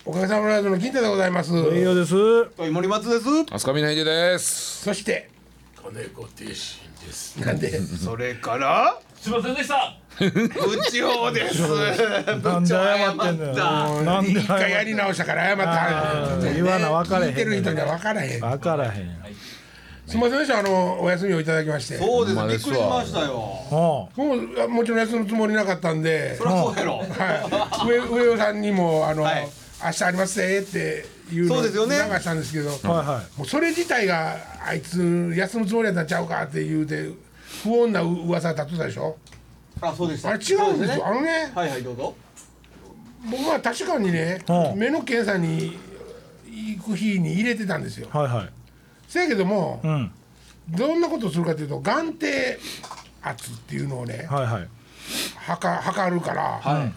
おかげさまでの金太でございます。 栄養です。 森松です。 飛鳥峰秀です。 そして金子鉄心です。 なんでそれからすいませんでした。 部長です。 なんで謝ってんのよ。なんで一回やり直したから謝ってはる。 言わな分かれへん。 聞いてる人には分からへん。 分からへん。 すみませんでした。お休みをいただきまして。 そうです。 ほんまですわびっくりしましたよ。 はもちろん休むつもりなかったんで。 そりゃそうやろ。 はい。上尾さんにもはい明日ありますねっていうのを流そうですよねしたんですけど、 あ、はいはい。 もうそれ自体があいつ休むつもりやったんちゃうかって言うて不穏な噂立ってたでしょ。 あ、そうでした。 あれ違うんですよ。 はいはい、どうぞ。 僕は確かにね、 うん目の検査に行く日に入れてたんですよ。 はいはい。 せやけども、 うん。 どんなことをするかというと眼底圧っていうのをね、 はいはい。 測るから、 はい。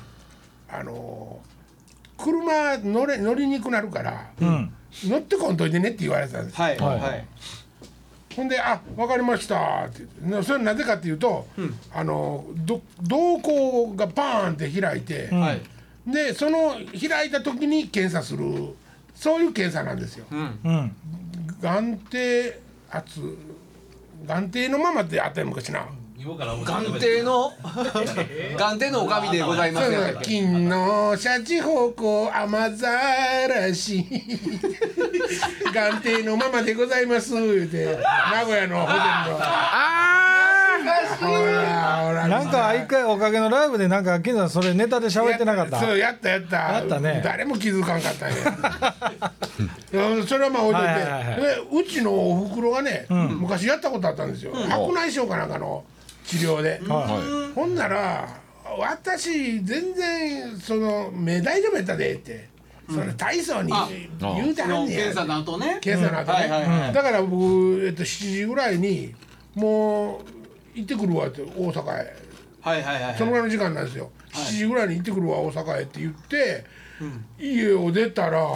車乗りにくなるから、 うん。 乗ってこんといてねって言われてたんです。 はいはいはい。 ほんで「あ、分かりました」って言って、それなぜかっていうと、瞳孔がバーンって開いて、 はい。 でその開いた時に検査する、そういう検査なんですよ。 うん。 眼底圧、眼底のままってあったよ昔な。 今から眼底の眼底のおかみでございますよ。 金のシャチホコ雨ざらし眼底のままでございます言うて名古屋のホテルのほらなんか一回おかげのライブでなんか金さんそれネタで喋ってなかった。 そうやったやったね誰も気づかんかったんやいやそれはまあ置いといて、 はいはいはいでうちのおふくろがね、昔やったことあったんですよ、白内障かなんかの治療で、 はほんなら私全然その目大丈夫やったでって、それ体操に言うてはんねや検査の後ね。 検査の後ね、 はいはいはいだから僕、7時ぐらいにもう行ってくるわって大阪へ、 はいはいはい。 そのぐらいの時間なんですよ、7時ぐらいに行ってくるわ大阪へって言って、家を出たら、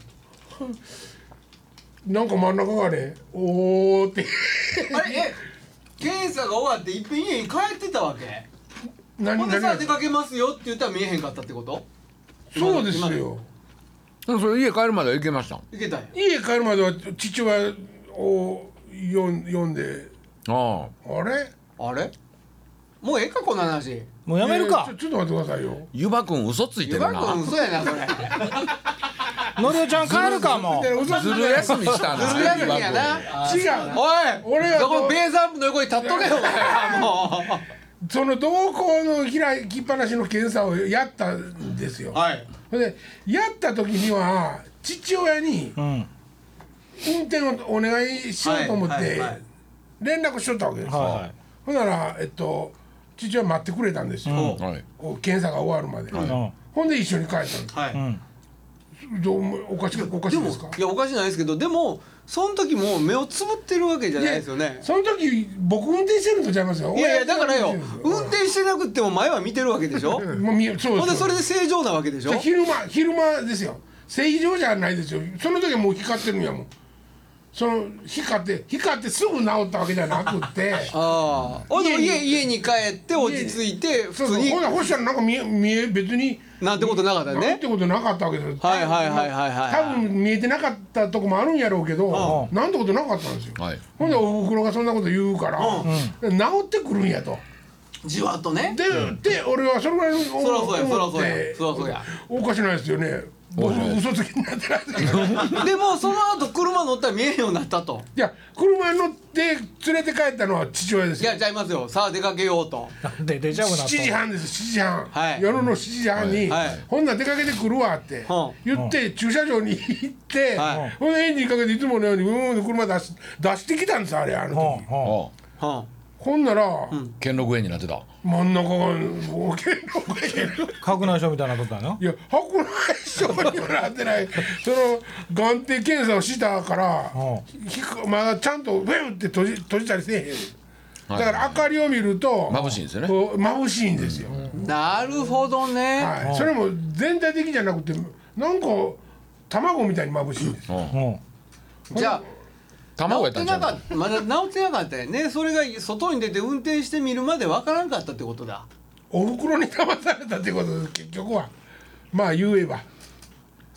なんか真ん中がねおーってあれ検査が終わっていっぺん家に帰ってたわけ。ほんでさ何出かけますよって言ったら見えへんかったってこと？ そうですよ。 でもそれ家帰るまでは行けました。 いけたんや。 家帰るまでは父親を読んで、 ああれあれ？もうええかこの話。 い。もうやめるか。 ちょっと待ってくださいよ。 ゆばくん嘘ついてゆばるな。 くん嘘やなそれ。 のりおちゃん帰るかもう。 嘘ついてるずる休みしたな。 ずる休みやな。 違う。 おい。 俺はそこベースアップの横に立っとけよお前もその瞳孔の開きっぱなしの検査をやったんですよ。 う。はい。 でやった時には父親にうん。 運転をお願いしようと思ってはいはいはい連絡しとったわけですよ。 はいはいほんなら父親待ってくれたんですよ。 はい。 こう検査が終わるまで。 うん。 ほんで一緒に帰ったんです。 はい。 うん。 どうもおかしいでもですか？ いやおかしないですけどでもその時もう目をつぶってるわけじゃないですよね。 その時僕運転してるんとちゃいますよ。 いやいやだからよ親父が運転してなくっても前は見てるわけでしょ。 もうそうほんでですそれで正常なわけでしょ。 昼間ですよ。正常じゃないですよ。その時はもう光ってるんやもん。その光ってすぐ治ったわけじゃなくってああ。ほんで家に帰って落ち着いて普通にほしたらなんか見え別になんてことなかったなんね。 てことなかったわけですよ。 はいはいはいはいはい。 多分見えてなかったとこもあるんやろうけど、 うなんてことなかったんですよ。 はい。 ほんでおふくろがそんなこと言うから、治ってくるんやと。 じわっとね。 で俺はそれぐらいのそらそうやそらそうやそらそうや。 おかしないですよね。僕嘘つきになってないですけどでもその後車乗ったら見えんようになったと。 いや車に乗って連れて帰ったのは父親ですよ。 いやちゃいますよ。さあ出かけようと。 なんで出ちゃうなと。 7時半です7時半、 はい夜の7時半に、 はいほんなら出かけてくるわって言って、駐車場に行って、 はいほんでエンジンかけていつものように車出してきたんですあれあの時、 あはほんなら、 兼六園になってた。 真ん中がもう剣の上白内障みたいなのとったの。 いや白内障にはなってないその眼底検査をしたからまだちゃんとウェンって閉じたりせえへん、だから明かりを見ると眩しいんですよね。 こう眩しいんですよ、 なるほどね。 はい、それも全体的じゃなくてなんか卵みたいに眩しいんですよ、 うん。 じゃあ卵や治ったんちゃうの。 ってなかったまだ治ってなかったよね。それが外に出て運転してみるまでわからんかったってことだ。 お袋に騙されたってことです結局はまあ言えば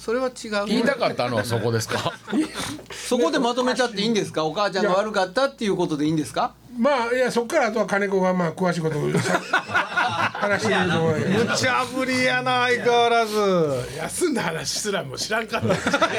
それは違う。 言いたかったのはそこですか。 そこでまとめちゃっていいんですか。お母ちゃんが悪かったっていうことでいいんですか。 まあいやそっからあとは金子がまあ詳しいことを話してると思うけど。 無茶ぶりやな相変わらず。 休んだ話すらも知らんかった。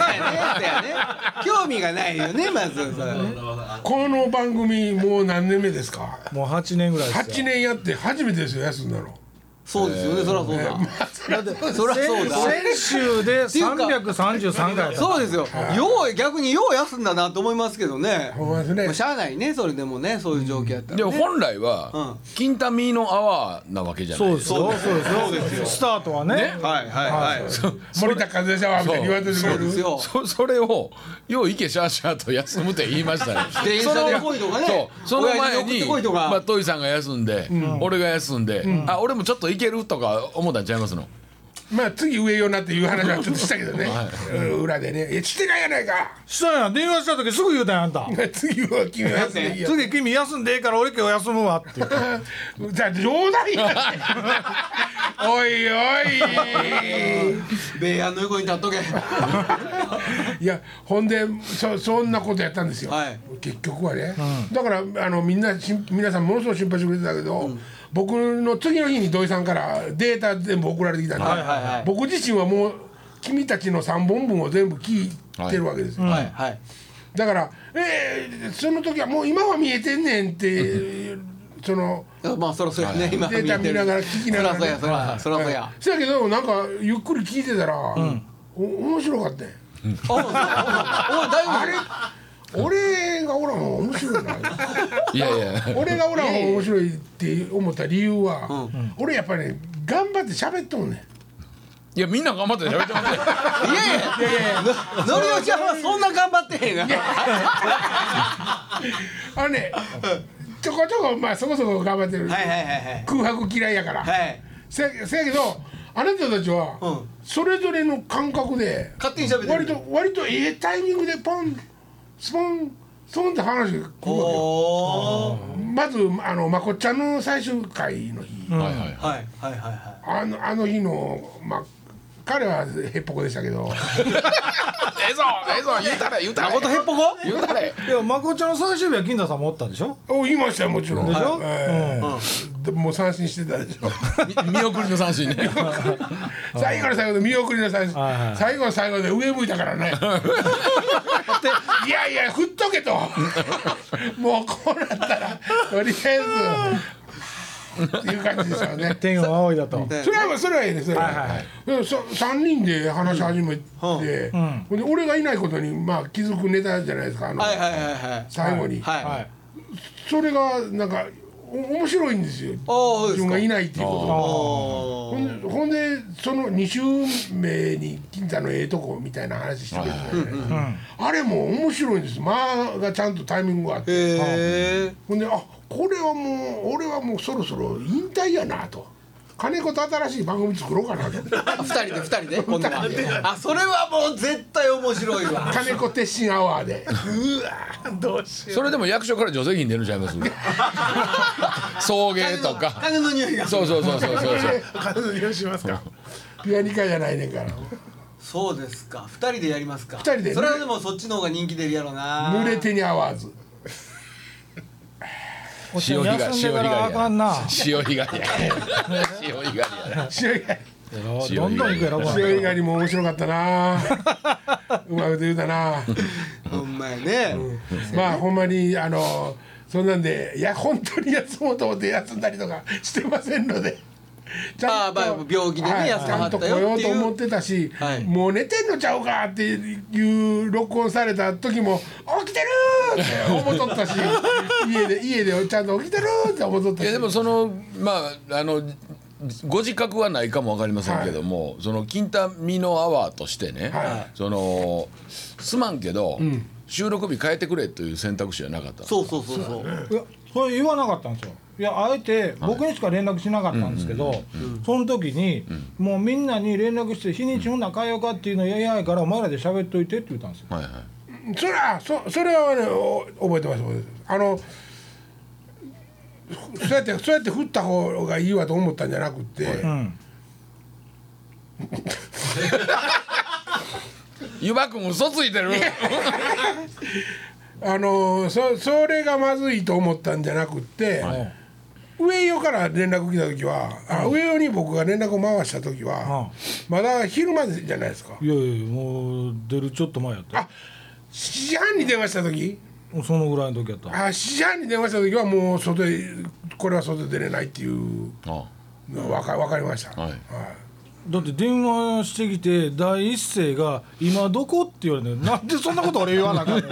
興味がないよねまず。 この番組もう何年目ですか。 もう8年ぐらいですよ。 8年やって初めてですよ休んだの。 そうですよね。そりゃそうだ。だってそりゃそうだ。 先週で333回。 そうですよ。逆によう休んだなと思いますけどね。 ほんまですね。 しゃあないねそれでもねそういう状況やったらね。 でも本来は金田ミーのアワーなわけじゃないですか。 そうですよ。スタートはね。 はいはいはい。 森田和也シャワーみたいに言われてくれる。 それをよういけシャーシャーと休むって言いましたね。 電車で来いとかね。 その前にまあトイさんが休んで俺が休んであ俺もちょっといけるとか思ったんちゃいますの。 まあ次上よなっていう話はちょっとしたけどね、裏でね「いやしてないやないか」 したやん。電話した時すぐ言うたやんあんた。 次は君は休んでいいよ。 次君休んでええから俺今日休むわって言って。 じゃあ冗談やおいおい米安の横に立っとけ。 いやほんでそんなことやったんですよ、結局はね、だから皆さんものすごい心配してくれてたけど、僕の次の日に土井さんからデータ全部送られてきたんで、僕自身はもう君たちの3本分を全部聞いてるわけですよ、だからその時はもう今は見えてんねんってまあそろそろね今データ見ながら聞きながらね。 そらそうや。 そやけどなんかゆっくり聞いてたら面白かったん。あれ俺がおらん方が面白いな。 いやいや俺がおらん方が面白いって思った理由は俺やっぱりね頑張って喋っとんねん。 いやみんな頑張って喋ってますよ。 いやいやのりおちゃんはそんな頑張ってへんが。 ちょこちょこまあそこそこ頑張ってる。空白嫌いやから。せやけどあなたたちはそれぞれの感覚で勝手に喋ってる。 割とタイミングでポンスポンスポンって話が来るわけよ。まずまこっちゃんの最終回の日、あの日のまあ彼はへっぽこでしたけどええぞ言うたれまことへっぽこ言うたれ。 いやまこちゃんの最終日は金田さんもおったでしょ。 言いましたよもちろん。 でしょ。 もう三振してたでしょ。 見送りの三振ね。 最後の最後で見送りの三振、最後の最後で上向いたからね。いやいや振っとけと。もうこうなったらとりあえずっていう感じですよね。 天を仰いだと。 それはいいです。3人で話し始めて、俺がいないことにまあ気づくネタじゃないですか。最後に。それがなんか面白いんですよ。自分がいないっていうことが。ほんでその2週目に金太のええとこみたいな話してくれて、あれも面白いんです。間がちゃんとタイミングがあって、ほんでこれはもう俺はもうそろそろ引退やなと。金子と新しい番組作ろうかなと。 2人でこんなそれはもう絶対面白いわ。 金子鉄心アワーで。 うわどうしよう。 それでも役所から助成金出るんちゃいます。送迎とか金の匂いが。 そう金の匂いしますか。 ピアニカじゃないねんから。 そうですか。2人でやりますか。 2人で。 それはでもそっちの方が人気出るやろな。 濡れ手にアワーズ。 潮干狩りや。 どんどん行くやろ。 潮干狩りも面白かったな。うまく言うたな。 ほんまやね。 まあほんまにそんなんでいや本当に休もうと思って休んだりとかしてませんので。 ちゃんと病気でね休まはったよっていう。ちゃんと来ようと思ってたし、もう寝てんのちゃうかっていう録音された時も起きてるって思っとったし、家でちゃんと起きてるって思っとったし。 いやでもまあご自覚はないかもわかりませんけども、その金田美濃アワーとしてね、すまんけど収録日変えてくれという選択肢はなかった。 そう。 いやそれ言わなかったんですよ。いやあえて僕にしか連絡しなかったんですけど、その時にもうみんなに連絡して日にちほんな変えようかっていうのややいからお前らで喋っといてって言ったんですよ。 それはね覚えてます。そうやって振った方がいいわと思ったんじゃなくて、 湯葉君嘘ついてるそれがまずいと思ったんじゃなくって、上与から連絡来た時は、上与に僕が連絡を回した時は、まだ昼までじゃないですか。 いやいやもう出るちょっと前やった。 7時半に電話した時、 そのぐらいの時やった。 7時半に電話した時はもうこれは外出れないっていうのが分かりました。 だって電話してきて第一声が「今どこ?」って言われて、なんでそんなこと俺言わなかった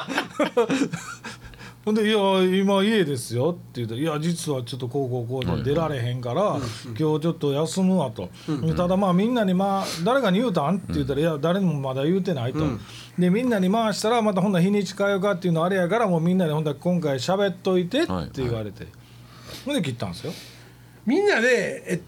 ほんで「いや今家ですよ」って言ったら「いや実はちょっとこうで出られへんから今日ちょっと休むわ」と「ただまあみんなに誰かに言うたん?」って言ったら「いや誰にもまだ言うてない」と。でみんなに回したらまたほんなら日にち変えようかっていうのあれやから、もうみんなでほんなら今回喋っといてって言われて、ほんで切ったんですよ。 みんなで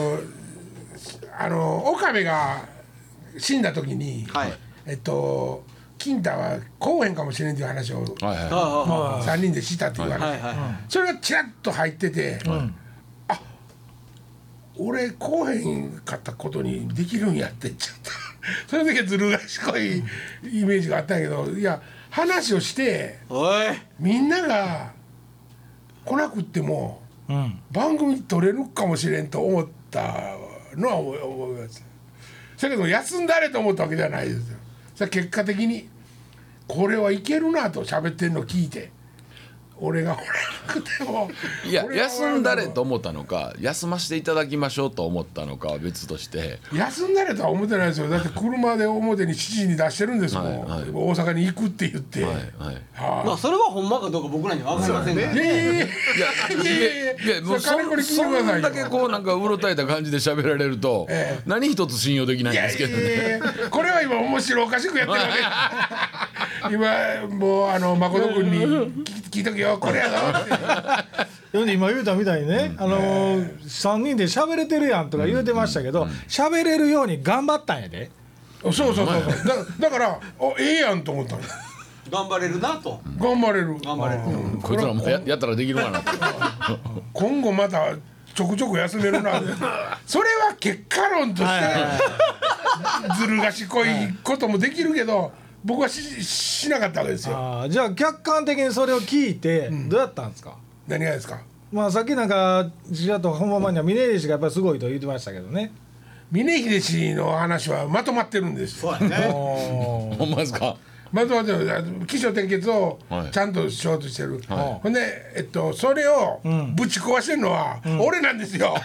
岡部が死んだ時に、金太は来おへんかもしれんっていう話を3人でしたっていう話、それがちらっと入ってて、あ、俺来おへんかったことにできるんやってちょっとそれだけずる賢いイメージがあったんやけど、いや話をしてみんなが来なくっても番組撮れるかもしれんと思ったのは思います。だけど休んだれと思ったわけじゃないですよ。それ結果的にこれはいけるなと喋ってるのを聞いて、俺が来なくてもいや休んだれと思ったのか休ませていただきましょうと思ったのかは別として、 休んだれとは思ってないですよ。だって車で表に7時に出してるんですもん、大阪に行くって言って、 まあそれはほんまかどうか僕らには分かりませんからね。 いやもうそんだけこうなんかうろたえた感じで喋られると何一つ信用できないんですけどね。 これは今面白おかしくやってるわけ今もう誠君に聞いとけよこれやぞ今言うたみたいにね、3人で喋れてるやんとか言うてましたけど、喋れるように頑張ったんやで。 そうだからええやんと思ったんや。 頑張れるなと。 頑張れる。 こいつらもやったらできるかなと。 今後またちょくちょく休めるなそれは結果論としてずる賢いこともできるけど、僕はしなかったわけですよ。 じゃあ客観的にそれを聞いてどうやったんですか？ 何がですか？ まあさっきなんかちらっと本番前には峰秀氏がやっぱりすごいと言ってましたけどね。 峰秀氏の話はまとまってるんですよ。 そうやね。 ほんまですか？ まとまってる。起承転結をちゃんとしようとしてる。ほんでそれをぶち壊してるのは俺なんですよ。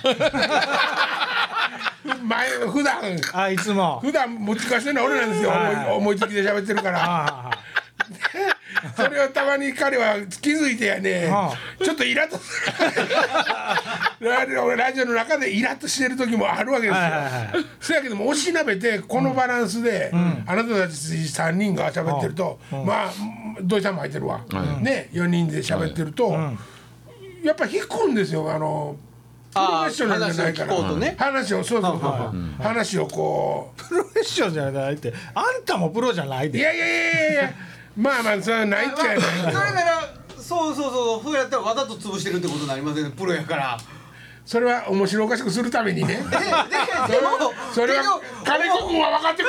普段いつもぶち壊してるのは俺なんですよ。思いつきで喋ってるからそれをたまに彼は気づいてやね、ちょっとイラッとするラジオの中でイラッとしてる時もあるわけですよ。そやけども押しなべてこのバランスで、あなたたち3人が喋ってると、まあ土井さんも入ってるわ、ね、4人で喋ってると、やっぱ引くんですよ。プロフェッショナルじゃないから話を話をこうプロフェッショナルじゃないって、あんたもプロじゃないで。 いやまあそれはないっちゃない。 それならそうやったらわざと潰してるってことになりませんね、プロやから。 それは面白おかしくするためにね。それは金子君は分かってく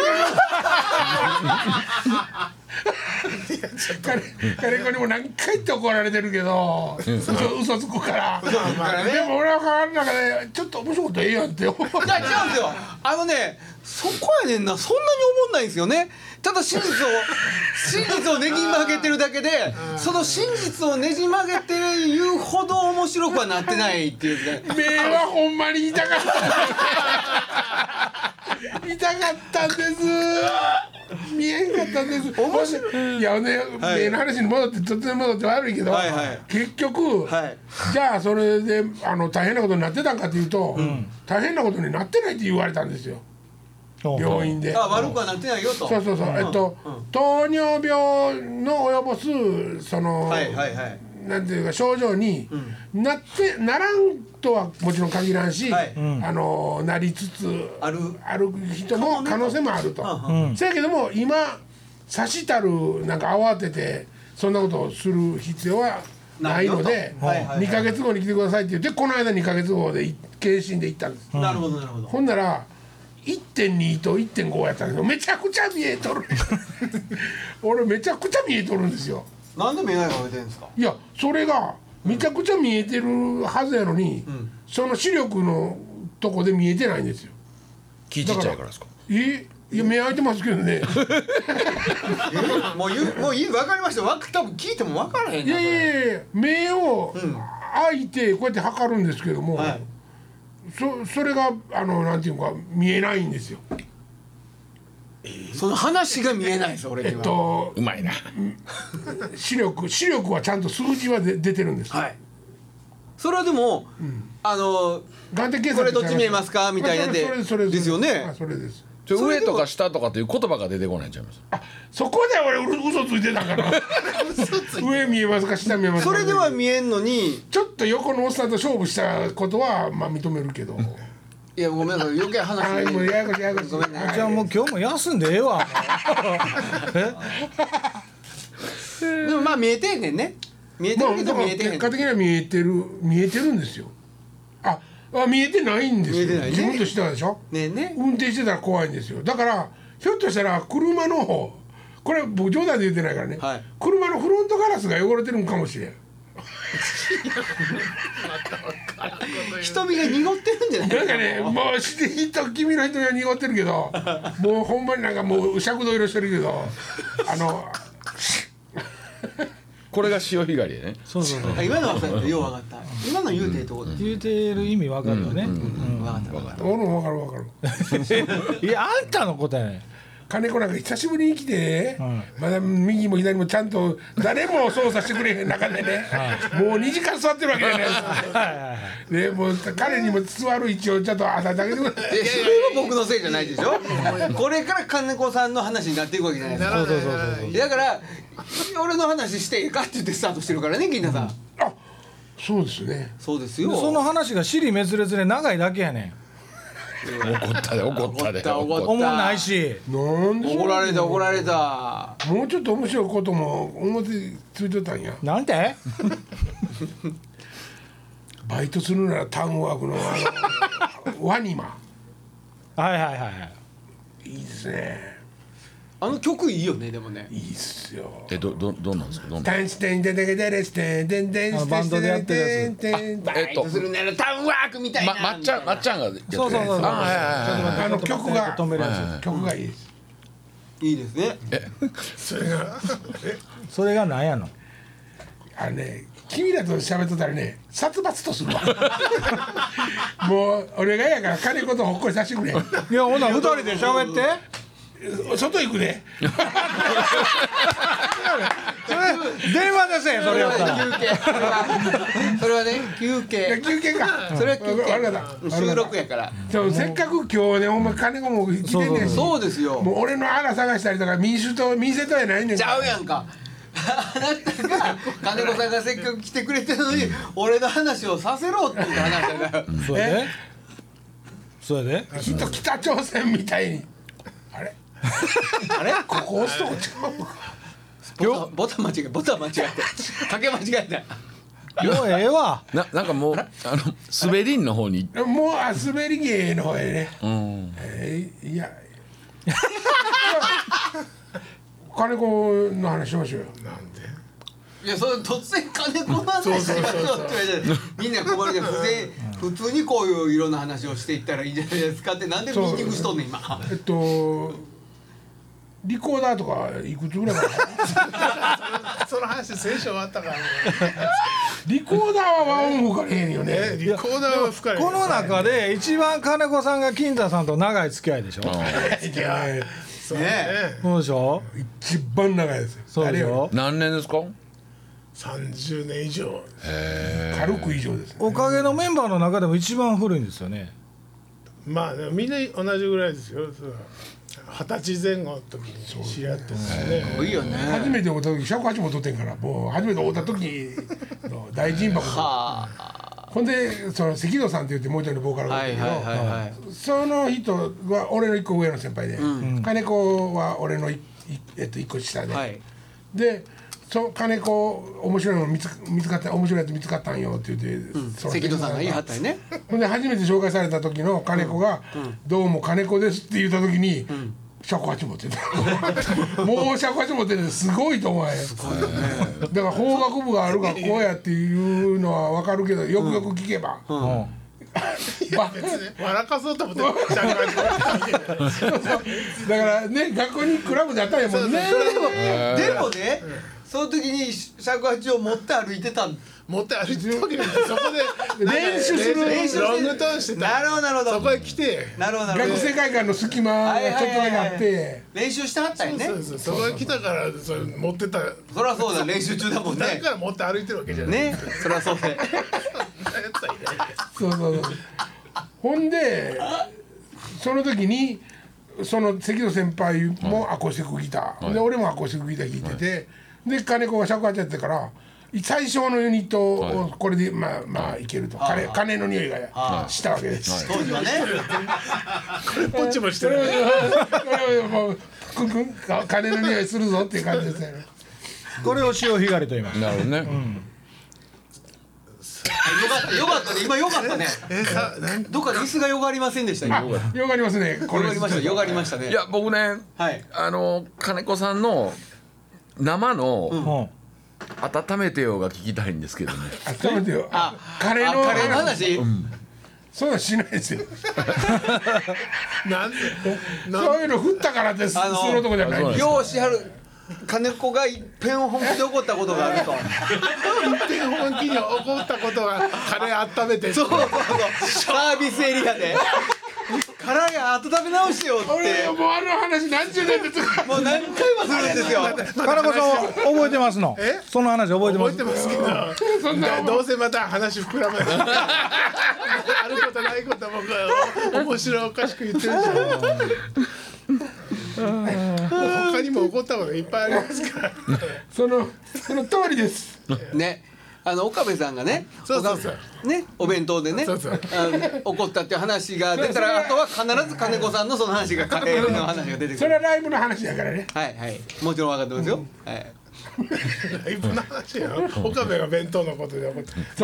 れる。金子にも何回って怒られてるけど、嘘つくから。でも俺は体の中でちょっと面白いことええやんって思う。 いや違うんですよ。そこやねんな、そんなに思んないんですよね。ただ真実をねじ曲げてるだけで、その真実をねじ曲げて言うほど面白くはなってないっていうね。 目はほんまに痛かったんです。見えんかったんです。いやね、目の話に戻って突然戻って悪いけど、結局、じゃあそれで大変なことになってたんかっていうと、大変なことになってないって言われたんですよ。病院で。 悪くはなってないよと。 そう糖尿病の及ぼすそのなんていうか症状にならんとはもちろん限らんし、なりつつある人も可能性もあると。せやけども今さしたるなんか慌ててそんなことをする必要はないので、2ヶ月後に来てくださいって言って、この間2ヶ月後で検診で行ったんです。 なるほどなるほど。 ほんなら 1.2 と 1.5 やったんだけどめちゃくちゃ見えとる俺めちゃくちゃ見えとるんですよ。 なんで眼鏡かけてるんですか。 いやそれがめちゃくちゃ見えてるはずやのに、その視力のとこで見えてないんですよ。 気ちっちゃいからですか。 いや目開いてますけどねもう分かりました。多分聞いても分からへんな。 いや目を開いてこうやって測るんですけども、はい、それがなんていうか見えないんですよ。 その話が見えないです俺には。 うまいな視力はちゃんと数字は出てるんです。 はい。それはでも、 眼底検査これどっち見えますかみたいなんでですよね。 それです。 上とか下とかっていう言葉が出てこないんちゃいます。 あ、そこで俺嘘ついてたから上見えますか下見えますか。 それでは見えんのにちょっと横のおっさんと勝負したことはまあ認めるけどいやごめんなさい余計話もうややこしいややこしい。 じゃあもう今日も休んでええわでもまあ見えてんねんね。見えてるけど見えてへん。 結果的には見えてるんですよ。見えてないんですよ。自分としてはでしょ。運転してたら怖いんですよ。だからひょっとしたら車の方、これ僕冗談で言ってないからね、車のフロントガラスが汚れてるんかもしれん。 瞳が濁ってるんじゃない。 なんかね、もう君の瞳は濁ってるけどもうほんまになんかもう尺度色してるけどこれが潮干狩りね。 そう今のはよう分かった。今の言うてるところ言うてる意味分かるよね。 分かった俺も分かるいやあんたの答え金子なんか久しぶりに来て、まだ右も左もちゃんと誰も操作してくれへん中でね、もう2時間座ってるわけじゃないですか。もう彼にも座る位置をちょっと与えてあげてくれ。 それは僕のせいじゃないでしょこれから金子さんの話になっていくわけじゃないですか。だから俺の話していいかって言ってスタートしてるからね、金田さん。 そうですね。 そうですよ。 その話が尻滅裂で長いだけやねん。 怒ったで怒思わないし。 なんで怒られた。 もうちょっと面白いことも表ついてたんや。 なんてバイトするならタウンワークのワニマ。 はいいいですね。 あの曲いいよね。でもねいいっすよ。 どんなんですか。 タンステンデデデデレステンデンデンステンバンドでやってるやつ。 バイトするならタウンワークみたいな。 まっちゃんがやってるやつ。 そう曲がいいです。 いいですね。 それがそれが何やの。 君らと喋っとったらね殺伐とするわもう俺がやから金子とほっこりさせてくれ。 いやほな2人で喋って外行くねそれ電話でせえそれやったら休憩それはね休憩か。 それは休憩収録やからせっかく今日ねほんま金子も来てんねんし。 そうですよ。 もう俺の穴探したりとか民政党やないねん。 ちゃうやんか。あなたが金子さんがせっかく来てくれてるのに俺の話をさせろって言った話だから。 それで北朝鮮みたいにあれここ押すとこ違うのか。 ボタン間違えたかけ間違えた。 もうええわ。 なんかもう滑りんの方にもう滑り芸の方へね。いや金子の話しましょうよ。なんで。 いやそれ突然金子の話しましょうって言われてみんな困るけど普通にこういういろんな話をしていったらいいじゃないですかって。なんでミーティングしとんねん今。 リコーダーとかいくつぐらいかその話先週終わったからねリコーダーはワンオン吹かれへんよね。 リコーダーは吹かれへん。 この中で一番金子さんが金田さんと長い付き合いでしょ。 そうね。 そうでしょ。 一番長いですよ。 そうでしょ。 何年ですか。 30年以上。 軽く以上です。 おかげのメンバーの中でも一番古いんですよね。 まあみんな同じぐらいですよ。20歳前後の時に知り合ってですね。 いいよね。 初めて会った時尺八も取ってんから、もう初めて会った時の大臣箱。ほんでその関戸さんって言ってもう一人のボーカルがいるけど、その人は俺の一個上の先輩で、金子は俺の一個下で、で金子面白いの見つかった面白いやつ見つかったんよって言って、 関戸さんが言い張ったりね。 ほんで初めて紹介された時の金子が「どうも金子です」って言った時に尺八持ってたもう尺八持っててすごいと思うよ。だから法学部がある学校やっていうのは分かるけどよくよく聞けば。 笑かそうと思ってだからね学校にクラブであったんやもんね。 でもねその時に尺八を持って歩いてた持って歩いてるわけですそこで練習するロングトーンしてた。 なるほどなるほど。 そこへ来てなるほど学生会館の隙間がちょっとだけあって練習してはったんやね。 そうそこへ来たからそれ持ってた。 そりゃそうだ練習中だもんね。 だから持って歩いてるわけじゃないねそりゃそうだよ。 そうほんでその時にその関戸先輩もアコースティックギター、で俺もアコースティックギター弾いてて、で金子が尺八やってから最初のユニットをこれでまあいけると金の匂いがしたわけです。 当時はね。 これポッチもしてる。 もう金の匂いするぞっていう感じですね。 これを潮干狩りと言います。 なるほどね。 よかったね今よかったね。どっかで椅子がよがりませんでした。 よがりますね。 よがりましたよがりましたね。 いや僕ね、金子さんの生の温めてよが聞きたいんですけどね。 温めてよ。カレーの話。 そんなんしないですよ。 なんでそういうの降ったからです。そのとこじゃない。 ようしはる。金子が一遍本気で怒ったことがあると。 一遍本気に怒ったことがカレー温めて。 そうサービスエリアで。唐揚げ温め直してよって。 俺もうあの話何十年ですか。 もう何回もするんですよ。 金子さんは覚えてますの？その話覚えてます？ 覚えてますけど。どうせまた話膨らまない。あることないこと僕は面白おかしく言ってるじゃん。他にも起こったこといっぱいありますから。 その通りです。 ね。岡部さんがね、ね、お弁当でね、怒ったっていう話が出たら、あとは必ず金子さんのその話がカレーの話が出てくる。 それはライブの話だからね。 はいはい、もちろん分かってますよ。はい。 ライブの話やろ。岡部が弁当のことで怒って、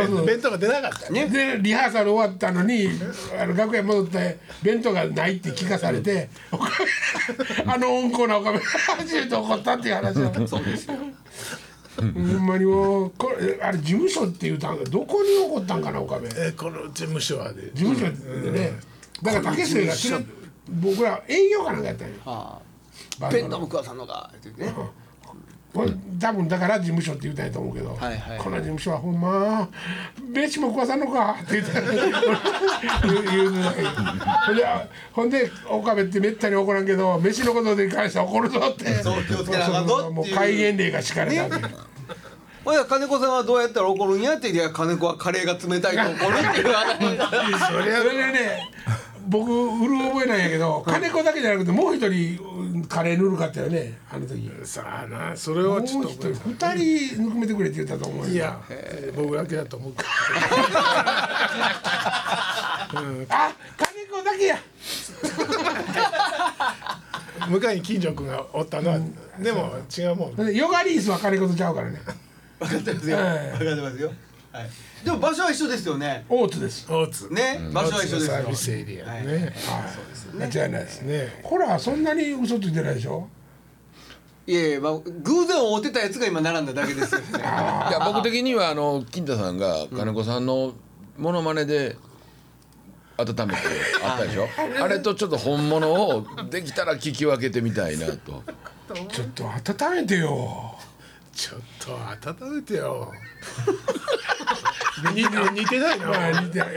弁当が出なかったね。 でリハーサル終わったのに楽屋戻って弁当がないって聞かされて、温厚な岡部が初めて怒ったっていう話だ。そうですよ。ほんまにもうこれあれ事務所っていう単語どこに起こったんかな岡部。 この事務所はで。 事務所でね。だから竹末が僕ら営業かなんかやったんよ。 弁当も食わさんのかって言ってね。 多分だから事務所って言ったんやと思うけど、この事務所はほんま飯も食わさんのかって言った言うほんで岡部ってめったに怒らんけど飯のことに関しては怒るぞって。 そう気をつけなあかんぞっていう。 もう戒厳令が敷かれたわけ。 ほや金子さんはどうやったら怒るんやって言って金子はカレーが冷たいと怒るっていう話。 それね僕うる覚えなんやけど金子だけじゃなくてもう一人カレー塗るかったよねあの時。 さあなそれはちょっと 2人ぬくめてくれって言ったと思うよ。 いや僕だけだと思うから。 あ金子だけや。 向かいに金城君がおったのはでも違うもん。 ヨガリースは金子とちゃうからね。 分かってますよ。分かってますよ。はい。でも場所は一緒ですよね。 大津です。 大津。 ね、場所は一緒ですよ。 サービスエリアね。そうですね。間違いないですね。ほらそんなに嘘ついてないでしょ。 いやいや、偶然会うてたやつが今並んだだけですよね。いや僕的には金太さんが金子さんのモノマネで温めてあったでしょ。あれとちょっと本物をできたら聞き分けてみたいなと。 ちょっと温めてよ。 ちょっと温めてよ。似てないな。似てない。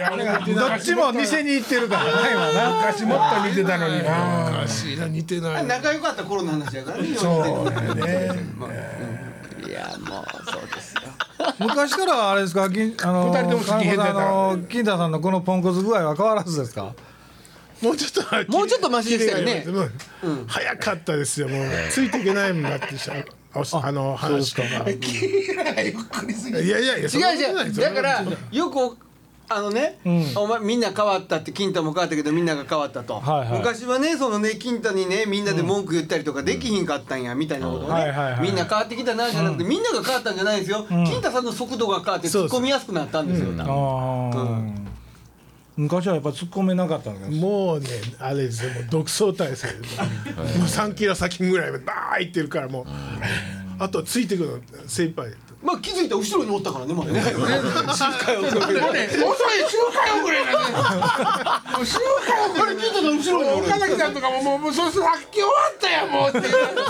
どっちも店に行ってるからね今な。 昔もっと似てたのにな。 昔似てない。 仲良かった頃の話やからね。 そうだね。 いやもうそうですよ。 昔からあれですか、金太さんのこのポンコツ具合は変わらずですか。 もうちょっとマシでしたよね。 早かったですよ。もうついていけないもんだって話とか。 ゆっくりすぎ。 いや違うだからよくお前みんな変わったって金太も変わったけどみんなが変わったと、昔はねそのね金太にねみんなで文句言ったりとかできひんかったんやみたいなことをねみんな変わってきたなじゃなくてみんなが変わったんじゃないですよ、金太さんの速度が変わって突っ込みやすくなったんですよ。 昔はやっぱ突っ込めなかったんです。 もうねあれですよもう独走体制もう3キロ先ぐらいまでバー行ってるからもうあとはついてくるの精一杯。 まあ気づいたら後ろにおったからねまだね。周回遅れ。 遅い周回遅れだね。もう周回遅れ。 あれ金太の後ろにおる。 岡崎さんとかもうそしてさっき終わったやもうって。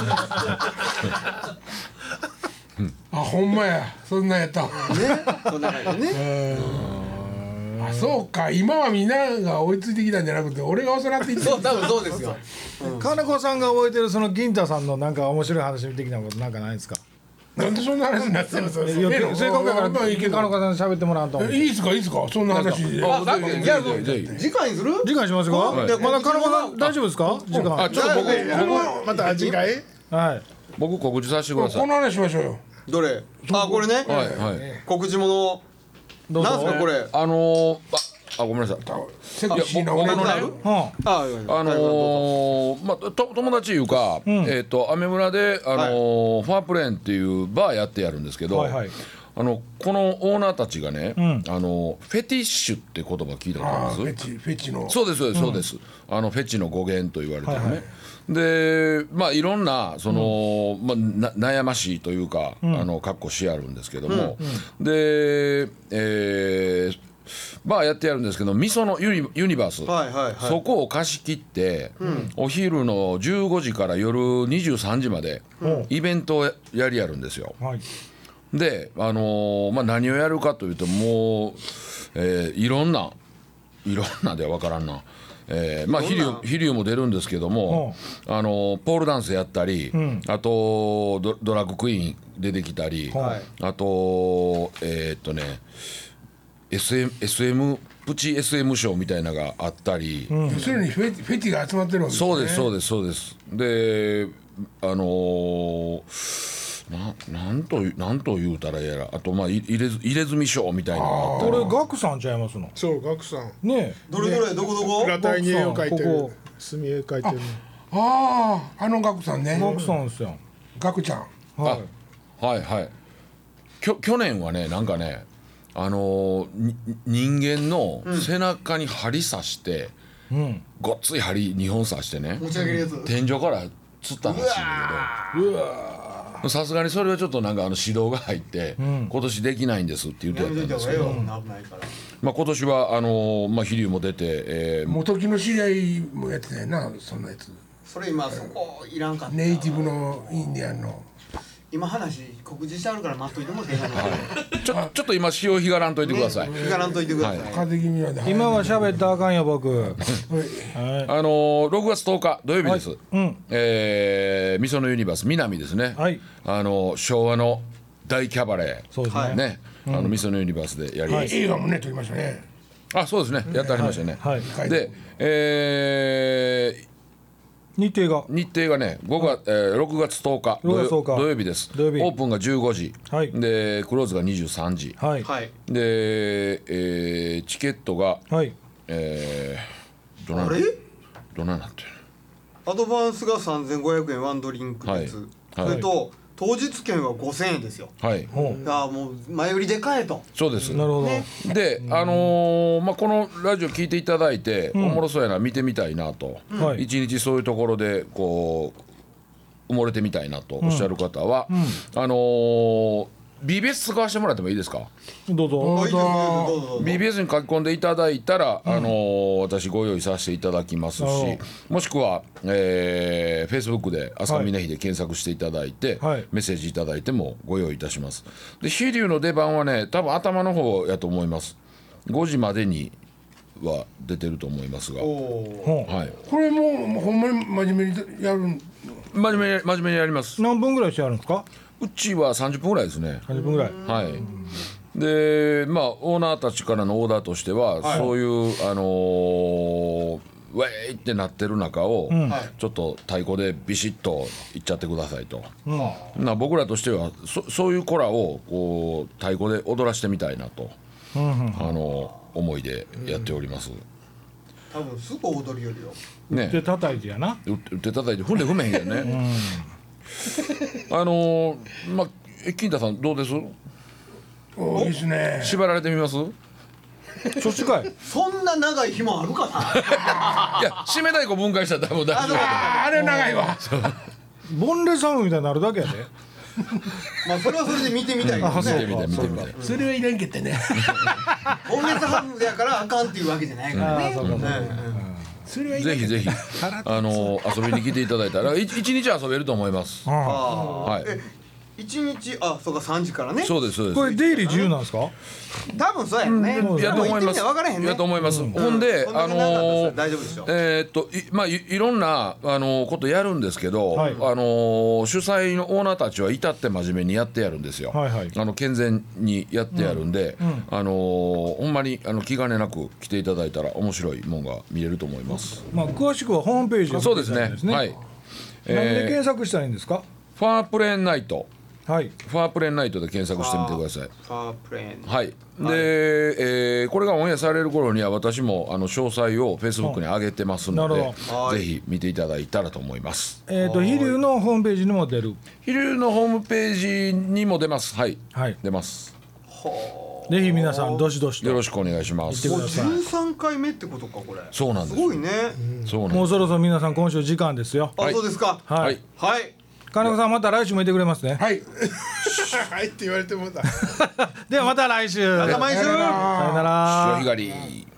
あほんまやそんなんやった。ねそんな感じね。 あそうか今はみんなが追いついてきたんじゃなくて俺が遅なっていってそう多分そうですよ。 金子さんが覚えてるその銀太さんのなんか面白い話的なことなんかないですか。 なんでそんな話になってるの。 せっかくやから金子さん喋ってもらうと。 いいですかそんな話で。 次回にする？ 次回しますか。まだ金子さん大丈夫ですか。時間。 ちょっと僕また次回。 はい。 僕告知させてください。 この話しましょうよ。 どれ？あこれね。告知物。なんすかこれ。 ごめんなさい。 セクシーな僕のね、友達いうか、アメ村でファープレーンっていうバーやってやるんですけど、このオーナーたちがね、フェティッシュって言葉聞いたことあります？ フェチの。 そうですそうです。フェチの語源と言われてるね。でいろんなその悩ましいというか格好しあるんですけども、でバーやってやるんですけど味噌のユニバース、そこを貸し切って、お昼の15時から夜23時までイベントをやりやるんですよ。で何をやるかというともう、いろんなでは分からんな。飛龍も出るんですけども、ポールダンスやったり、あとドラッグクイーン出てきたり、あとSM プチ SM ショーみたいなのがあったり、 要するにフェチが集まってるわけですね。 そうですでなんと言うたらやらあと入れ墨ショーみたいなのがあったり。 これガクさんちゃいますの。 そうガクさんねどれどこ裏体に絵を描いてる墨絵描いてるガクさんね。 ガクさんですよ。 ガクちゃん。 はい去年はねなんかね人間の背中に針刺して、ごっつい針2本刺してね持ち上げるやつ天井から釣ったらしいんだけど、さすがにそれはちょっとなんか指導が入って、今年できないんですって言ってやったんですけど、今年は飛龍も出て、 元木の知り合いもやってたよなそんなやつ。 それ今そこいらんかった。 ネイティブのインディアンの。 今話告知してあるから待っといてもらっていいかな。 ちょっと今潮干からんといてください。 干からんといてください。 今は喋ったらあかんよ僕。 6月10日土曜日です。味噌のユニバース南ですね。昭和の大キャバレーね、味噌のユニバースでやります。 映画もね撮りましたね。 そうですね、やってありましたね。で日程がね6月10日土曜日です。オープンが15時でクローズが23時でチケットがどないなってる。 アドバンスが3500円ワンドリンクです。それと当日券は5000円ですよ。もう前売りで買えと。 そうです。 なるほど。 でこのラジオ聞いていただいておもろそうやな見てみたいなと、一日そういうところでこう埋もれてみたいなとおっしゃる方はBBS 使わせてもらってもいいですか。 どうぞ。 BBS に書き込んでいただいたら、私ご用意させていただきますし、もしくは、Facebook で朝峰秀検索していただいて、メッセージいただいてもご用意いたします。で飛龍の出番はね多分頭の方やと思います。5時までには出てると思いますが、 これもうほんまに真面目にやるん。 真面目にやります。 何分ぐらいしてやるんですか。 うちは30分ぐらいですね。 30分ぐらい。 でオーナーたちからのオーダーとしては、そういうウェイってなってる中を、ちょっと太鼓でビシッといっちゃってくださいと、僕らとしてはそういう子らをこう太鼓で踊らしてみたいなと、 思いでやっております。 多分すぐ踊りよるよ。 ね。 手叩いてやな。 手叩いて踏んで踏めへんけどね。まあ金太さんどうです？ おいいですね。 縛られてみます？ そっちかい。 そんな長い紐あるかな。 いや締め太鼓分解したら多分大丈夫。 あれ長いわ。 ボンレスハムみたいになるだけやで。 まあそれはそれで見てみたいけどね。 見てみたい。 それはいらんけってね。 ボンレスハムやからあかんっていうわけじゃないからね。 ぜひぜひ遊びに来ていただいたら一日遊べると思います。はい。 一日そうか3時からね。 そうですそうです。 これ出入り自由なんですか？ 多分そうやね。 やと思います。やと思います。ほんで大丈夫でしょ。 まあいろんなことやるんですけど、主催のオーナーたちは至って真面目にやってやるんですよ。健全にやってやるんで、ほんまに気兼ねなく来ていただいたら面白いもんが見れると思います。 まあ詳しくはホームページをそうですね。はい。 何で検索したらいいんですか？ ファープレーンナイト。 はい、 ファープレーンナイトで検索してみてください。 ファープレーン。 はい。で、これがオンエアされる頃には私も詳細をフェイスブックに上げてますので、ぜひ見ていただいたらと思います。 飛龍のホームページにも出る。 飛龍のホームページにも出ます。はい。はい、出ます。 ぜひ皆さんどしどしとよろしくお願いします。 13回目ってことかこれ。 そうなんです。 すごいね。 そうなんです。 もうそろそろ皆さん今週時間ですよ。 そうですか。 はいはい。 金子さんまた来週もいてくれますね。 はいはいって言われてもだではまた来週。 また毎週。さよなら。 潮干狩り。